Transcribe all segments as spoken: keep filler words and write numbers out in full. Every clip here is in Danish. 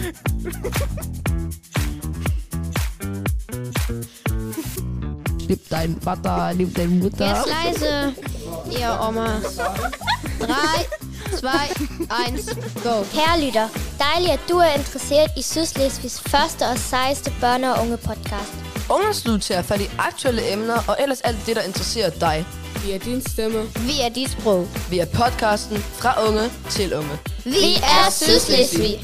Lieb dein Vater, lieb deine Mutter. Jetzt leise, ihr Omas. drei, zwei, eins, go. Kære lytter, dejligt at du er interesseret i Sydslesvigs første og sejeste børne- og unge podcast. Ungdomsliv tager fat i aktuelle emner og ellers alt det, der interesserer dig. Vi er din stemme. Vi er dit sprog. Vi er podcasten fra unge til unge. Vi er Sydslesvig.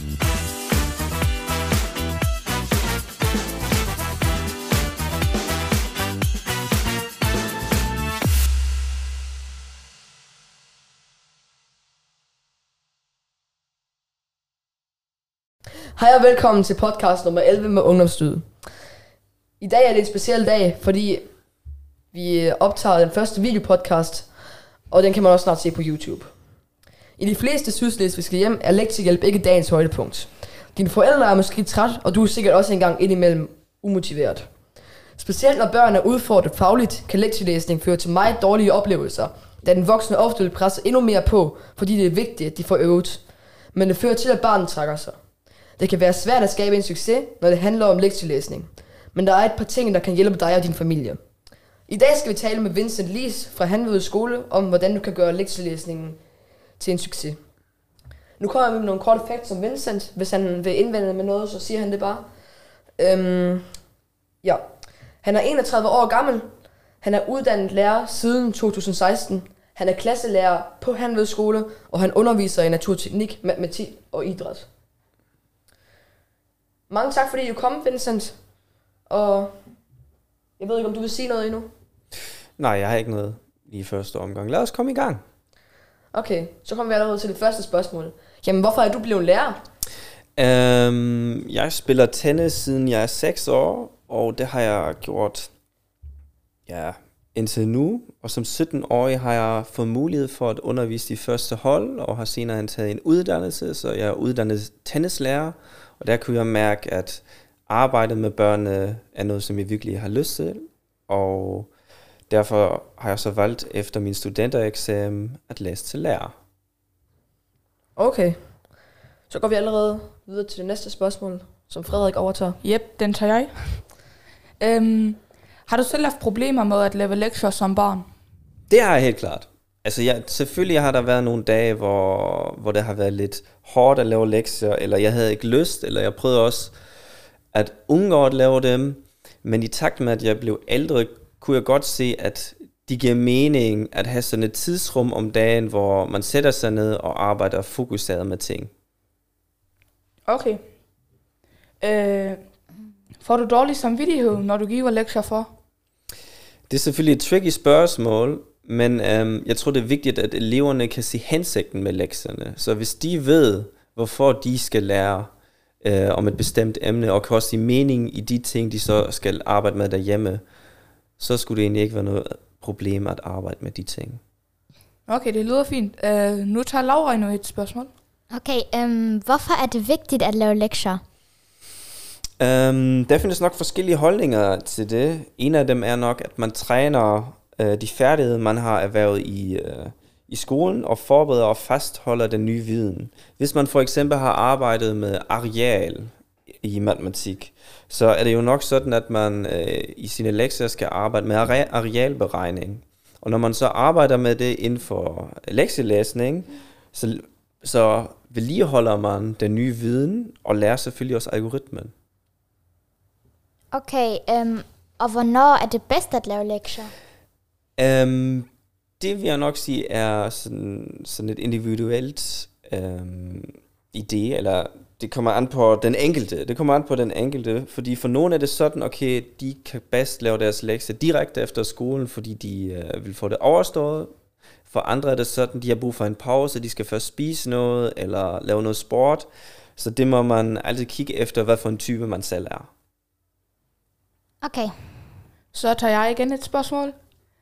Hej og velkommen til podcast nummer elleve med Ungdomslyd. I dag er det en speciel dag, fordi vi optager den første videopodcast, og den kan man også snart se på YouTube. I de fleste sydslesvigske hjem er lektiehjælp ikke dagens højdepunkt. Dine forældre er måske træt, og du er sikkert også engang indimellem umotiveret. Specielt når børn er udfordret fagligt, kan lektielæsning føre til meget dårlige oplevelser, da den voksne ofte vil presse endnu mere på, fordi det er vigtigt, at de får øvet. Men det fører til, at barnet trækker sig. Det kan være svært at skabe en succes, når det handler om lektielæsning. Men der er et par ting, der kan hjælpe dig og din familie. I dag skal vi tale med Vincent Lies fra Hanved Skole om, hvordan du kan gøre lektielæsningen til en succes. Nu kommer jeg med nogle korte facts om Vincent. Hvis han vil indvende med noget, så siger han det bare. Øhm, ja. Han er enogtredive år gammel. Han er uddannet lærer siden to tusind og seksten. Han er klasselærer på Hanved Skole, og han underviser i naturteknik, matematik og idræt. Mange tak, fordi du kom, Vincent. Og jeg ved ikke, om du vil sige noget endnu? Nej, jeg har ikke noget i første omgang. Lad os komme i gang. Okay, så kommer vi allerede til det første spørgsmål. Jamen, hvorfor er du blevet lærer? Um, jeg spiller tennis, siden jeg er seks år, og det har jeg gjort ja, indtil nu. Og som sytten-årig har jeg fået mulighed for at undervise de første hold, og har senere taget en uddannelse, så jeg er uddannet tennislærer. Og der kunne jeg mærke, at arbejdet med børnene er noget, som jeg virkelig har lyst til. Og derfor har jeg så valgt efter min studentereksamen at læse til lærer. Okay. Så går vi allerede videre til det næste spørgsmål, som Frederik overtager. Jep, den tager jeg. Øhm, har du selv haft problemer med at lave lektier som barn? Det har jeg helt klart. Altså jeg, selvfølgelig har der været nogle dage, hvor, hvor det har været lidt hårdt at lave lektier, eller jeg havde ikke lyst, eller jeg prøvede også at undgå at lave dem. Men i takt med, at jeg blev ældre, kunne jeg godt se, at det giver mening at have sådan et tidsrum om dagen, hvor man sætter sig ned og arbejder fokuseret med ting. Okay. Øh, får du dårlig samvittighed, når du giver lektier for? Det er selvfølgelig et tricky spørgsmål, men øhm, jeg tror, det er vigtigt, at eleverne kan se hensigten med lektierne. Så hvis de ved, hvorfor de skal lære øh, om et bestemt emne, og kan også se mening i de ting, de så skal arbejde med derhjemme, så skulle det egentlig ikke være noget problem at arbejde med de ting. Okay, det lyder fint. Uh, nu tager Laura endnu et spørgsmål. Okay, øhm, hvorfor er det vigtigt at lave lektier? Um, der findes nok forskellige holdninger til det. En af dem er nok, at man træner uh, de færdigheder, man har erhvervet i, uh, i skolen, og forbereder og fastholder den nye viden. Hvis man for eksempel har arbejdet med areal i matematik, så er det jo nok sådan, at man uh, i sine lektier skal arbejde med are- arealberegning. Og når man så arbejder med det inden for lektielæsning, så, så vedligeholder man den nye viden, og lærer selvfølgelig også algoritmen. Okay, øhm, og hvornår er det bedst at lave lektier? Um, det vil jeg nok sige er sådan, sådan et individuelt um, idé, eller det kommer an på den enkelte. Det kommer an på den enkelte, fordi for nogle er det sådan, okay, de kan bedst lave deres lektier direkte efter skolen, fordi de uh, vil få det overstået. For andre er det sådan, de har brug for en pause, de skal først spise noget, eller lave noget sport. Så det må man altid kigge efter, hvad for en type man selv er. Okay. Så tager jeg igen et spørgsmål.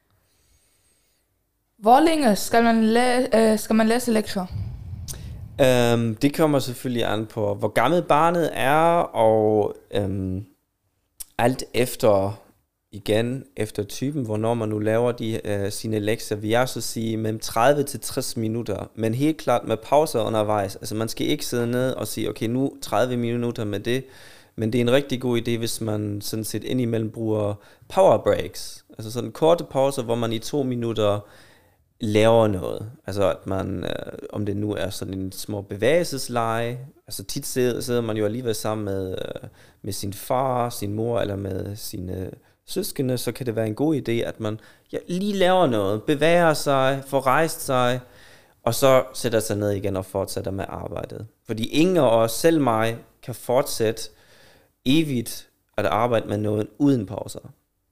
Hvor længe skal man, læ- øh, skal man læse lektier? Um, det kommer selvfølgelig an på, hvor gammel barnet er, og um, alt efter igen efter typen, hvornår man nu laver de, øh, sine lektier, vil jeg så sige mellem tredive til tres minutter, men helt klart med pauser undervejs. Altså man skal ikke sidde ned og sige, okay, nu tredive minutter med det, men det er en rigtig god idé, hvis man sådan set indimellem bruger power breaks, altså sådan korte pauser, hvor man i to minutter laver noget. Altså at man, øh, om det nu er sådan en små bevægelsesleje, altså tit sidder, sidder man jo alligevel sammen med, øh, med sin far, sin mor eller med sine søskende, så kan det være en god idé, at man ja, lige laver noget, bevæger sig, får rejst sig, og så sætter sig ned igen og fortsætter med arbejdet. Fordi ingen af os, selv mig, kan fortsætte evigt at arbejde med noget uden pauser.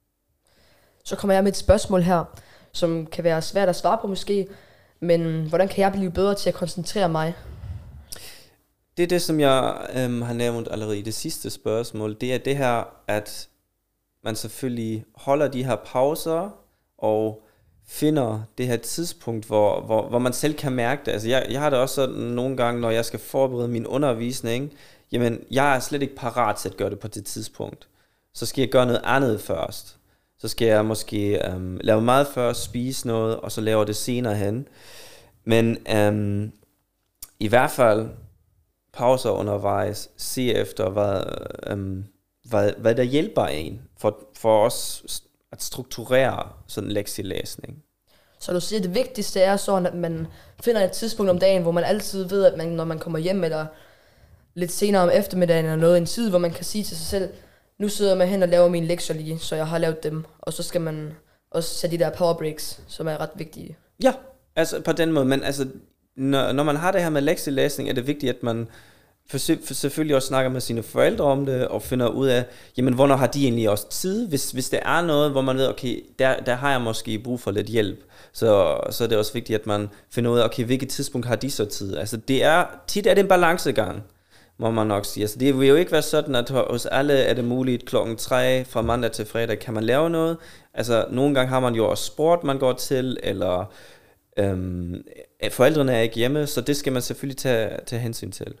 Så kommer jeg med et spørgsmål her, som kan være svært at svare på måske, men hvordan kan jeg blive bedre til at koncentrere mig? Det er det, som jeg øhm, har nævnt allerede i det sidste spørgsmål. Det er det her, at man selvfølgelig holder de her pauser og finder det her tidspunkt, hvor, hvor, hvor man selv kan mærke det. Altså jeg, jeg har det også sådan nogle gange, når jeg skal forberede min undervisning, jamen jeg er slet ikke parat til at gøre det på det tidspunkt. Så skal jeg gøre noget andet først. Så skal jeg måske øhm, lave mad først, spise noget, og så laver det senere hen. Men øhm, i hvert fald pauser undervejs, se efter, hvad, øhm, hvad, hvad der hjælper en for, for os at strukturere sådan en lektielæsning. Så du siger, at det vigtigste er sådan, at man finder et tidspunkt om dagen, hvor man altid ved, at man, når man kommer hjem, eller lidt senere om eftermiddagen, eller noget, en tid, hvor man kan sige til sig selv, nu sidder man hen og laver mine lektier lige, så jeg har lavet dem, og så skal man også sætte de der power breaks, som er ret vigtige. Ja, altså på den måde, men altså, når, når man har det her med lektielæsning, er det vigtigt, at man for, for selvfølgelig også snakker med sine forældre om det, og finder ud af, jamen, hvornår har de egentlig også tid? Hvis, hvis det er noget, hvor man ved, okay, der, der har jeg måske brug for lidt hjælp, så, så er det også vigtigt, at man finder ud af, okay, hvilket tidspunkt har de så tid? Altså, det er, tit er det en balancegang, må man nok sige. Altså, det vil jo ikke være sådan, at hos alle er det muligt klokken tre fra mandag til fredag, kan man lave noget. Altså, nogle gange har man jo også sport, man går til, eller øhm, forældrene er ikke hjemme, så det skal man selvfølgelig tage, tage hensyn til.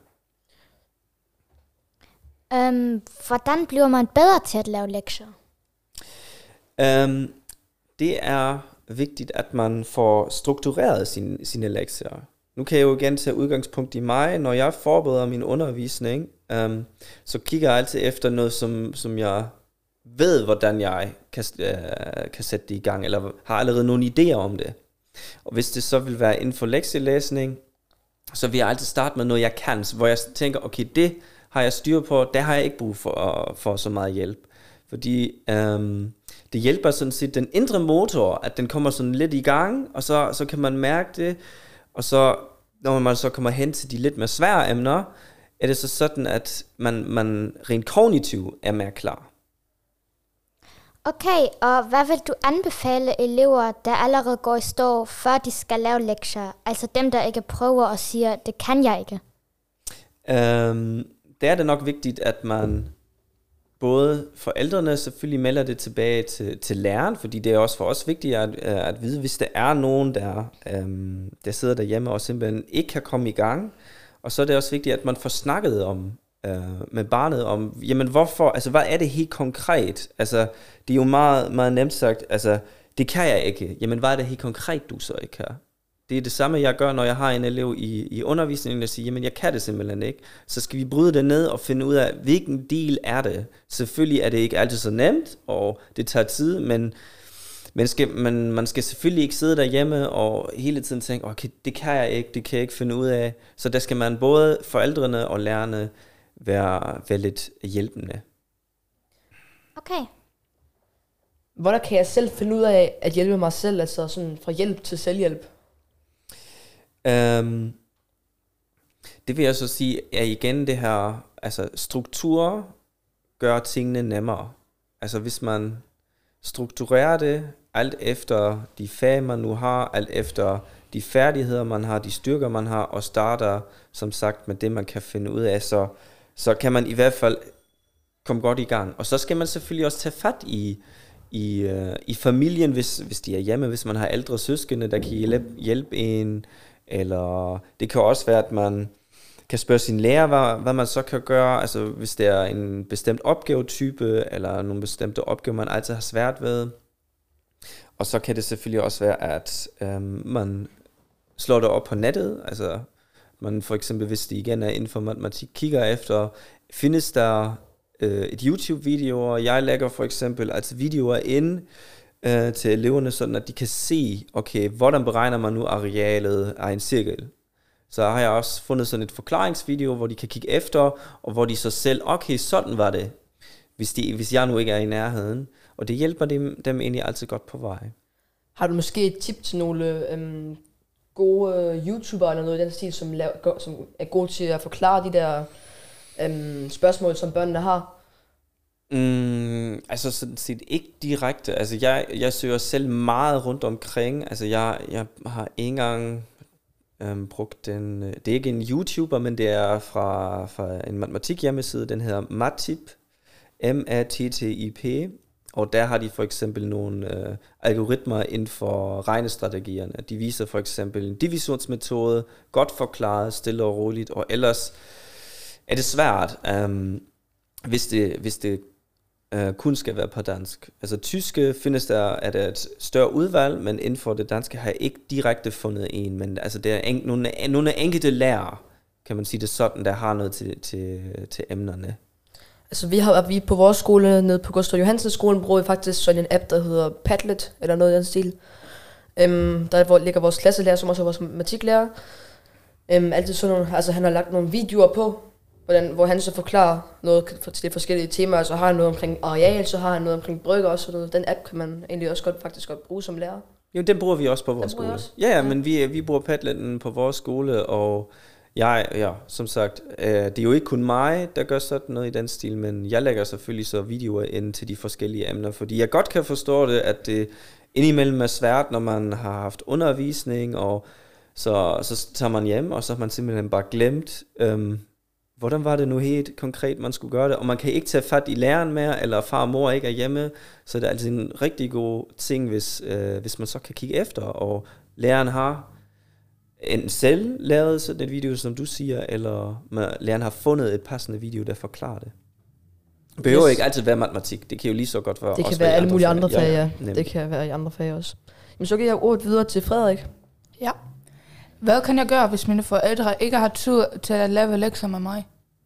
Um, hvordan bliver man bedre til at lave lektier? Um, det er vigtigt, at man får struktureret sin, sine lektier. Nu kan jeg jo igen tage udgangspunkt i mig. Når jeg forbereder min undervisning, um, så kigger jeg altid efter noget, som, som jeg ved, hvordan jeg kan, uh, kan sætte det i gang, eller har allerede nogle idéer om det. Og hvis det så vil være inden for lektielæsning, så vil jeg altid starte med noget, jeg kan, hvor jeg tænker, okay, det har jeg styr på, der har jeg ikke brug for, for så meget hjælp. Fordi øhm, det hjælper sådan set den indre motor, at den kommer sådan lidt i gang, og så, så kan man mærke det, og så når man så kommer hen til de lidt mere svære emner, er det så sådan, at man, man rent kognitivt er mere klar. Okay, og hvad vil du anbefale elever, der allerede går i stå, før de skal lave lektier? Altså dem, der ikke prøver og siger, det kan jeg ikke. Um, der er det nok vigtigt, at man både forældrene selvfølgelig melder det tilbage til, til læreren, fordi det er også for os vigtigt at, at vide, hvis der er nogen, der, um, der sidder derhjemme og simpelthen ikke kan komme i gang. Og så er det også vigtigt, at man får snakket om, uh, med barnet om, jamen hvorfor, altså hvad er det helt konkret? Altså det er jo meget, meget nemt sagt, altså det kan jeg ikke. Jamen hvad er det helt konkret, du så ikke kan? Det er det samme, jeg gør, når jeg har en elev i, i undervisningen, og siger, jamen jeg kan det simpelthen ikke. Så skal vi bryde det ned og finde ud af, hvilken del er det. Selvfølgelig er det ikke altid så nemt, og det tager tid, men man skal, man, man skal selvfølgelig ikke sidde derhjemme og hele tiden tænke, okay, det kan jeg ikke, det kan jeg ikke finde ud af. Så der skal man både forældrene og lærerne være, være lidt hjælpende. Okay. Hvordan kan jeg selv finde ud af at hjælpe mig selv, altså sådan fra hjælp til selvhjælp? Um, det vil jeg så sige, er igen det her, altså struktur gør tingene nemmere. Altså hvis man strukturerer det, alt efter de fag man nu har, alt efter de færdigheder man har, de styrker man har, og starter som sagt med det man kan finde ud af, så, så kan man i hvert fald komme godt i gang. Og så skal man selvfølgelig også tage fat i I, uh, i familien, hvis, hvis de er hjemme, hvis man har ældre søskende, der kan hjælpe, hjælpe en, eller det kan også være, at man kan spørge sin lærer, hvad, hvad man så kan gøre, altså hvis det er en bestemt opgavetype, eller nogle bestemte opgaver, man altid har svært ved. Og så kan det selvfølgelig også være, at øhm, man slår det op på nettet, altså man for eksempel, hvis det igen er inden for matematik, kigger efter, findes der øh, et YouTube-videoer, jeg lægger for eksempel altså videoer ind øh, til eleverne, sådan at de kan se, okay, hvordan beregner man nu arealet af en cirkel. Så har jeg også fundet sådan et forklaringsvideo, hvor de kan kigge efter, og hvor de så selv, okay, sådan var det, hvis, de, hvis jeg nu ikke er i nærheden. Og det hjælper dem, dem egentlig altid godt på vej. Har du måske et tip til nogle øhm, gode øh, YouTubere eller noget i den stil, som, laver, som er gode til at forklare de der øhm, spørgsmål, som børnene har? Mm, altså sådan set ikke direkte. Altså jeg, jeg søger selv meget rundt omkring. Altså jeg, jeg har ikke engang øhm, brugt den. Det er ikke en YouTuber, men det er fra, fra en matematik hjemmeside. Den hedder Mattip. M A T T I P. Og der har de for eksempel nogle øh, algoritmer inden for regnestrategierne. De viser for eksempel en divisionsmetode, godt forklaret, stille og roligt, og ellers er det svært, um, hvis det, hvis det uh, kun skal være på dansk. Altså tyske findes der, er der et større udvalg, men inden for det danske har jeg ikke direkte fundet en, men altså det er en, nogle, nogle enkelte lærere, kan man sige det sådan, der har noget til, til, til emnerne. Altså vi har vi på vores skole, nede på Gustav Johansen skolen, bruger vi faktisk sådan en app, der hedder Padlet, eller noget i den stil. Um, der hvor ligger vores klasselærer, som også er vores matematiklærer. Um, altid sådan nogle, altså han har lagt nogle videoer på, hvordan, hvor han så forklarer noget til de forskellige temaer. Så har han noget omkring areal, så har han noget omkring brygger også. Noget. Den app kan man egentlig også godt, faktisk godt bruge som lærer. Jo, den bruger vi også på vores skole. Ja, ja, men vi, vi bruger Padleten på vores skole, og jeg, ja, som sagt, øh, det er jo ikke kun mig, der gør sådan noget i den stil, men jeg lægger selvfølgelig så videoer ind til de forskellige emner, fordi jeg godt kan forstå det, at det indimellem er svært, når man har haft undervisning, og så, så tager man hjem, og så har man simpelthen bare glemt, øhm, hvordan var det nu helt konkret, man skulle gøre det, og man kan ikke tage fat i læreren mere, eller far og mor ikke er hjemme, så det er altså en rigtig god ting, hvis, øh, hvis man så kan kigge efter, og læreren har enten selv lavet sådan et video, som du siger, eller læreren har fundet et passende video, der forklarer det. Det behøver yes. ikke altid være matematik. Det kan jo lige så godt være. Det kan være alle mulige andre fag, ja. ja. Det kan være i andre fag også. Men så giver jeg ordet videre til Frederik. Ja. Hvad kan jeg gøre, hvis mine forældre ikke har tid til at lave lektier med mig?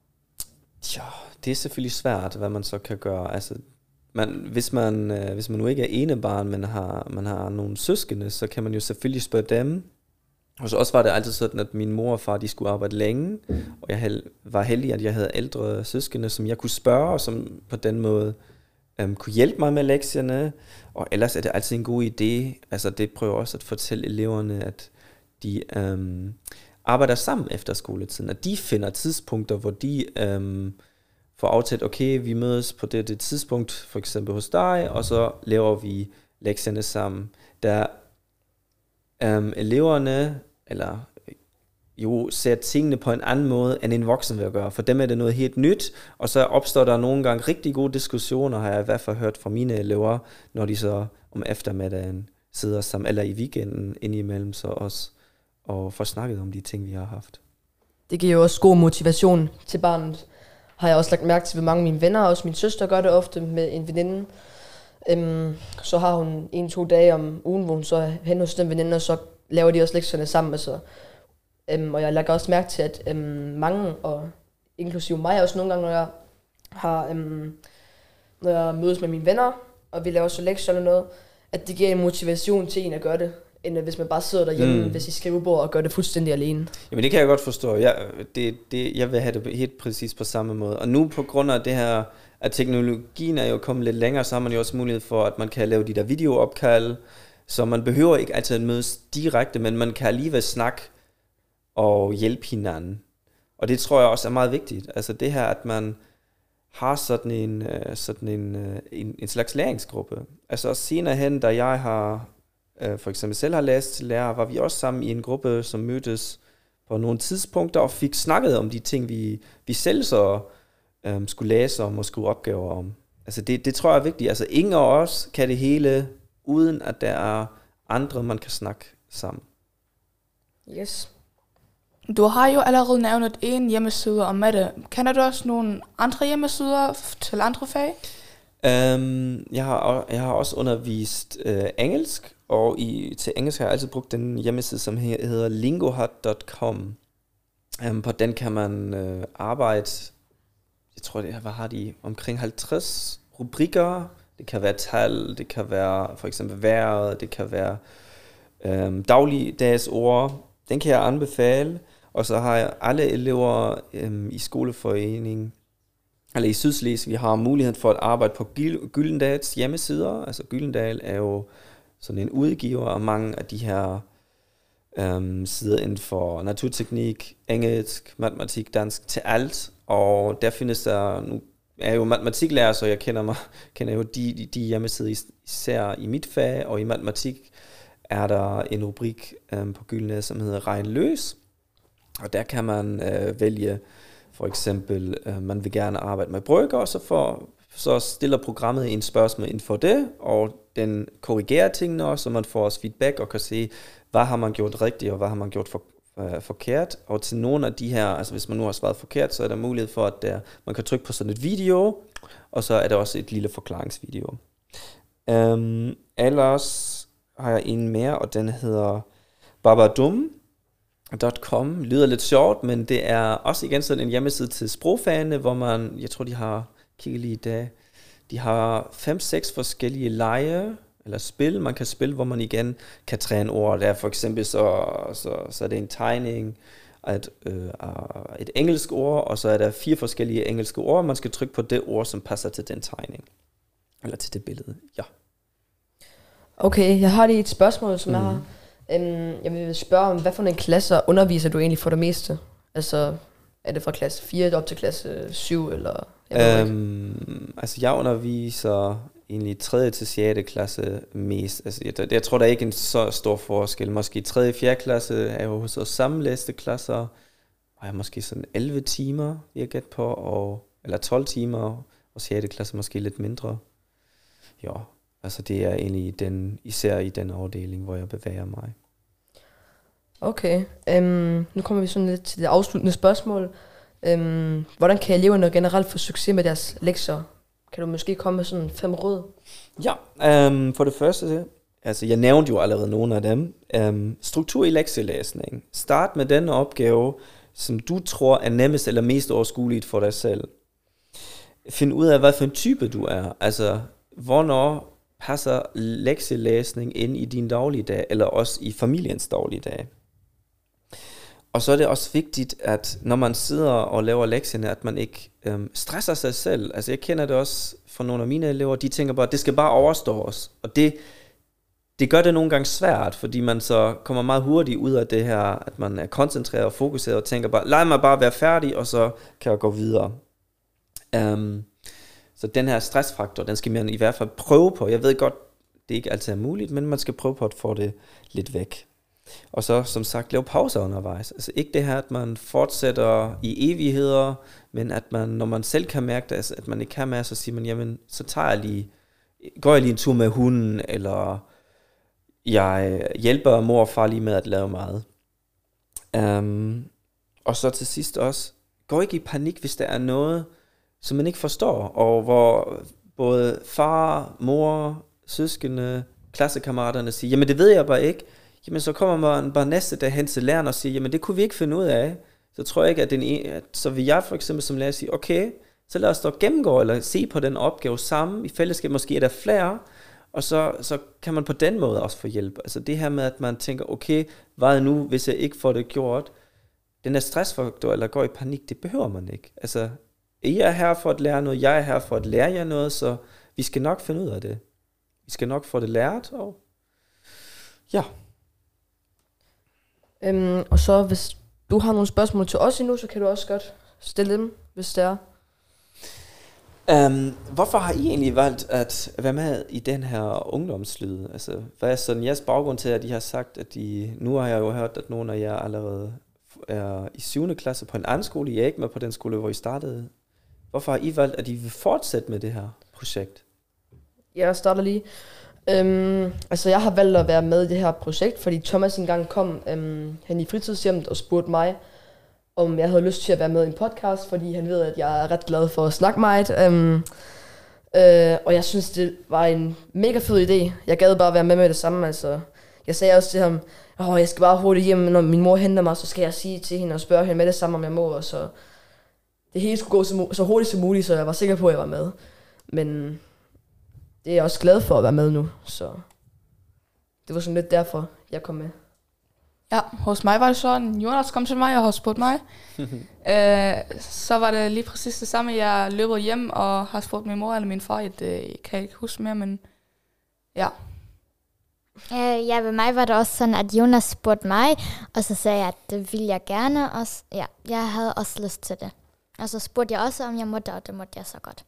Ja, det er selvfølgelig svært, hvad man så kan gøre. Altså, man, hvis, man, øh, hvis man nu ikke er enebarn, men har, man har nogle søskende, så kan man jo selvfølgelig spørge dem. Og så også var det altid sådan, at min mor og far, de skulle arbejde længe, og jeg var heldig, at jeg havde ældre søskende, som jeg kunne spørge, og som på den måde um, kunne hjælpe mig med lektierne. Og ellers er det altid en god idé, altså det prøver også at fortælle eleverne, at de um, arbejder sammen efter skoletiden, at de finder tidspunkter, hvor de um, får aftalt, okay, vi mødes på det, det tidspunkt, for eksempel hos dig, og så laver vi lektierne sammen. Der Um, eleverne, eller jo, ser tingene på en anden måde, end en voksen vil gøre. For dem er det noget helt nyt, og så opstår der nogle gange rigtig gode diskussioner, har jeg i hvert fald hørt fra mine elever, når de så om eftermiddagen sidder sammen, eller i weekenden indimellem så også, og får snakket om de ting, vi har haft. Det giver jo også god motivation til barnet. Har jeg også lagt mærke til, at mange af mine venner, og også min søster gør det ofte med en veninde. Um, så har hun en, to dage om ugen, hvor hun så er hen hos den veninde, og så laver de også lektierne sammen. Altså. Um, og jeg lægger også mærke til, at um, mange, og inklusive mig også nogle gange, når jeg, har, um, når jeg mødes med mine venner, og vi laver så lektier eller noget, at det giver en motivation til en at gøre det, end hvis man bare sidder derhjemme mm. ved sit skrivebord og gør det fuldstændig alene. Jamen det kan jeg godt forstå. Jeg, det, det, jeg vil have det helt præcis på samme måde. Og nu på grund af det her, at teknologien er jo kommet lidt længere, så har man jo også mulighed for, at man kan lave de der videoopkald, så man behøver ikke altid at mødes direkte, men man kan alligevel snakke og hjælpe hinanden. Og det tror jeg også er meget vigtigt. Altså det her, at man har sådan en, sådan en, en, en slags læringsgruppe. Altså også senere hen, da jeg har for eksempel selv har læst til lærer, var vi også sammen i en gruppe, som mødtes på nogle tidspunkter og fik snakket om de ting, vi, vi selv så um, skulle læse om og skulle opgaver om. Altså det, det tror jeg er vigtigt. Altså ingen af os kan det hele, uden at der er andre, man kan snakke sammen. Yes. Du har jo allerede nævnt en hjemmeside om matte. Kender du også nogle andre hjemmesider f- til andre fag? Um, jeg, har, jeg har også undervist uh, engelsk, og i, til engelsk har jeg altid brugt den hjemmeside, som hedder lingohut punktum com. Um, på den kan man uh, arbejde, jeg tror, det, hvad har de, omkring halvtreds rubrikker. Det kan være tal, det kan være for eksempel vejret, det kan være um, dagligdags ord. Den kan jeg anbefale. Og så har jeg alle elever um, i skoleforeningen, eller i Sydslesvig, vi har mulighed for at arbejde på Gyldendals hjemmesider. Altså Gyldendal er jo sådan en udgiver af mange af de her um, sider inden for naturteknik, engelsk, matematik, dansk, til alt. Og der findes der, nu er jeg jo matematiklærer, så jeg kender, mig, kender jo de, de, de hjemmesider især i mit fag, og i matematik er der en rubrik um, på Gyldendal, som hedder Regn løs. Og der kan man uh, vælge, for eksempel, uh, man vil gerne arbejde med brøker, og så, for, så stiller programmet en spørgsmål inden for det, og den korrigerer tingene også, så man får også feedback og kan se, hvad har man gjort rigtigt, og hvad har man gjort for, uh, forkert. Og til nogle af de her, altså hvis man nu har svaret forkert, så er der mulighed for, at der, man kan trykke på sådan et video, og så er der også et lille forklaringsvideo. Um, ellers har jeg en mere, og den hedder Babadum. .com lyder lidt sjovt, men det er også igen sådan en hjemmeside til sprogfagene, hvor man, jeg tror de har, kigget lige i dag, de har fem seks forskellige lege, eller spil, man kan spille, hvor man igen kan træne ord. Der for eksempel så, så, så er det en tegning af et, øh, et engelsk ord, og så er der fire forskellige engelske ord, man skal trykke på det ord, som passer til den tegning, eller til det billede, ja. Okay, jeg har lige et spørgsmål, som mm. jeg har. Um, jeg vil spørge om, hvad for en klasser underviser du egentlig for det meste? Altså, er det fra klasse fire op til klasse syv, eller? Jeg um, altså, jeg underviser egentlig tredje til sjette klasse mest. Altså, jeg, jeg tror, der er ikke en så stor forskel. Måske tredje og fjerde klasse er jo hos os sammenlæste klasser, og jeg måske sådan elleve timer, jeg gæt på, og, eller tolv timer, og sjette klasse måske lidt mindre. Ja, altså det er egentlig den, især i den afdeling, hvor jeg bevæger mig. Okay, um, nu kommer vi sådan lidt til det afsluttende spørgsmål. Um, hvordan kan eleverne generelt få succes med deres lektier? Kan du måske komme med sådan fem råd? Ja, um, for det første, altså jeg nævnte jo allerede nogle af dem. Um, struktur i lektielæsning. Start med den opgave, som du tror er nemmest eller mest overskueligt for dig selv. Find ud af, hvad for en type du er. Altså, hvornår passer lektielæsning ind i din dagligdag, eller også i familiens dagligdag. Og så er det også vigtigt, at når man sidder og laver lektierne, at man ikke øhm, stresser sig selv. Altså jeg kender det også fra nogle af mine elever, de tænker bare, at det skal bare overstå os. Og det, det gør det nogle gange svært, fordi man så kommer meget hurtigt ud af det her, at man er koncentreret og fokuseret og tænker bare, lad mig bare være færdig, og så kan jeg gå videre. Um, så den her stressfaktor, den skal man i hvert fald prøve på. Jeg ved godt, det ikke altid er muligt, men man skal prøve på at få det lidt væk. Og så som sagt, lave pauser undervejs. Altså ikke det her, at man fortsætter i evigheder, men at man, når man selv kan mærke det, altså, at man ikke kan mere, så siger man, jamen, så tager jeg lige, går jeg lige en tur med hunden, eller jeg hjælper mor og far lige med at lave mad. Um, og så til sidst også, gå ikke i panik, hvis der er noget, som man ikke forstår, og hvor både far, mor, søskende, klassekammeraterne siger, jamen det ved jeg bare ikke. Jamen så kommer man bare næste dag hen til læreren og siger, jamen det kunne vi ikke finde ud af. Så tror jeg ikke, at, den en, at så vil jeg for eksempel som lærer sige, okay, så lad os da gennemgå, eller se på den opgave sammen, i fællesskab måske er der flere, og så, så kan man på den måde også få hjælp. Altså det her med, at man tænker, okay, hvad nu, hvis jeg ikke får det gjort? Den der stressfaktor, eller går i panik, det behøver man ikke. Altså, I er her for at lære noget, jeg er her for at lære jer noget, så vi skal nok finde ud af det. Vi skal nok få det lært, og ja. Um, og så hvis du har nogle spørgsmål til os endnu, så kan du også godt stille dem, hvis det er. Um, hvorfor har I egentlig valgt at være med i den her ungdomslyd? Altså, hvad er sådan jeres baggrund til, at I har sagt, at I, nu har jeg jo hørt, at nogle af jer allerede er i syvende klasse på en anden skole. I er ikke med på den skole, hvor I startede. Hvorfor har I valgt, at I vil fortsætte med det her projekt? Jeg starter lige. Um, altså jeg har valgt at være med i det her projekt, fordi Thomas engang kom um, hen i fritidshjemmet og spurgte mig, om jeg havde lyst til at være med i en podcast, fordi han ved, at jeg er ret glad for at snakke meget. Um, øh, og jeg synes, det var en mega fed idé. Jeg gad bare være med med det samme. Altså, jeg sagde også til ham, åh, jeg skal bare hurtigt hjem, når min mor henter mig, så skal jeg sige til hende og spørge hende med det samme, om jeg må. Og så det hele skulle gå så, så hurtigt som muligt, så jeg var sikker på, at jeg var med. Men det er jeg også glad for at være med nu, så det var sådan lidt derfor, jeg kom med. Ja, hos mig var det sådan, Jonas kom til mig og har spurgt mig. øh, så var det lige præcis det samme. Jeg løbet hjem og har spurgt min mor eller min far. Det kan jeg ikke huske mere, men ja. Øh, ja, ved mig var det også sådan, at Jonas spurgte mig, og så sagde jeg, at det ville jeg gerne. Og s- ja, jeg havde også lyst til det. Og så spurgte jeg også, om jeg måtte, og det måtte jeg så godt.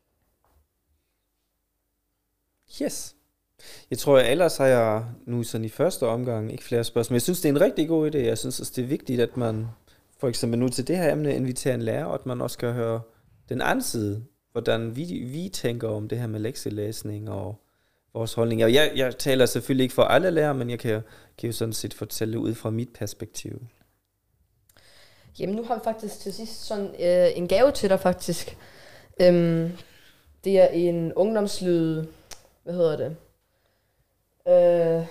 Yes. Jeg tror, at ellers har jeg nu sådan i første omgang ikke flere spørgsmål. Jeg synes, det er en rigtig god idé. Jeg synes også, det er vigtigt, at man for eksempel nu til det her emne inviterer en lærer, og at man også kan høre den anden side, hvordan vi, vi tænker om det her med lektielæsning og vores holdninger. Jeg, jeg taler selvfølgelig ikke for alle lærere, men jeg kan, kan jo sådan set fortælle ud fra mit perspektiv. Jamen, nu har vi faktisk til sidst sådan øh, en gave til dig, faktisk. Øhm, det er en ungdomslyd... Hvad hedder det? Øh,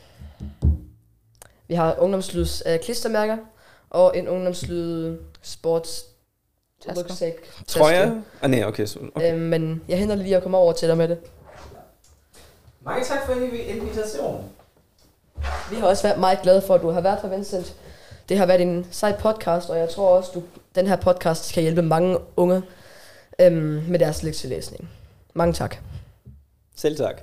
vi har ungdomslyds øh, klistermærker, og en ungdomslyd sports... Tasker. rygsæk, Tror taske. jeg? Ah, nej, okay. Så, okay. Øhm, men jeg henter lige at komme over til dig med det. Mange tak for invitationen. Vi har også været meget glade for, at du har været her, Vincent. Det har været en sej podcast, og jeg tror også, at den her podcast skal hjælpe mange unge øhm, med deres lektielæsning. Mange tak. Selv tak.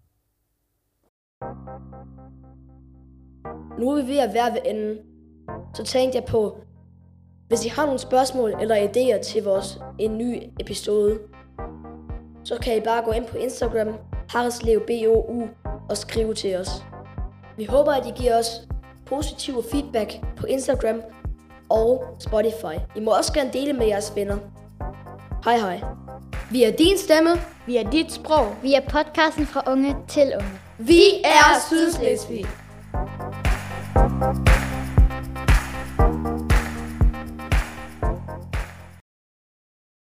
Nu er vi ved at være ved enden. Så tænkte jeg på, hvis I har nogle spørgsmål eller idéer til vores en ny episode, så kan I bare gå ind på Instagram, Harreslev B O U, og skrive til os. Vi håber, at I giver os positiv feedback på Instagram og Spotify. I må også gerne dele med jeres venner. Hej hej. Vi er din stemme. Vi er dit sprog. Vi er podcasten fra unge til unge. Vi er Sydslesvig.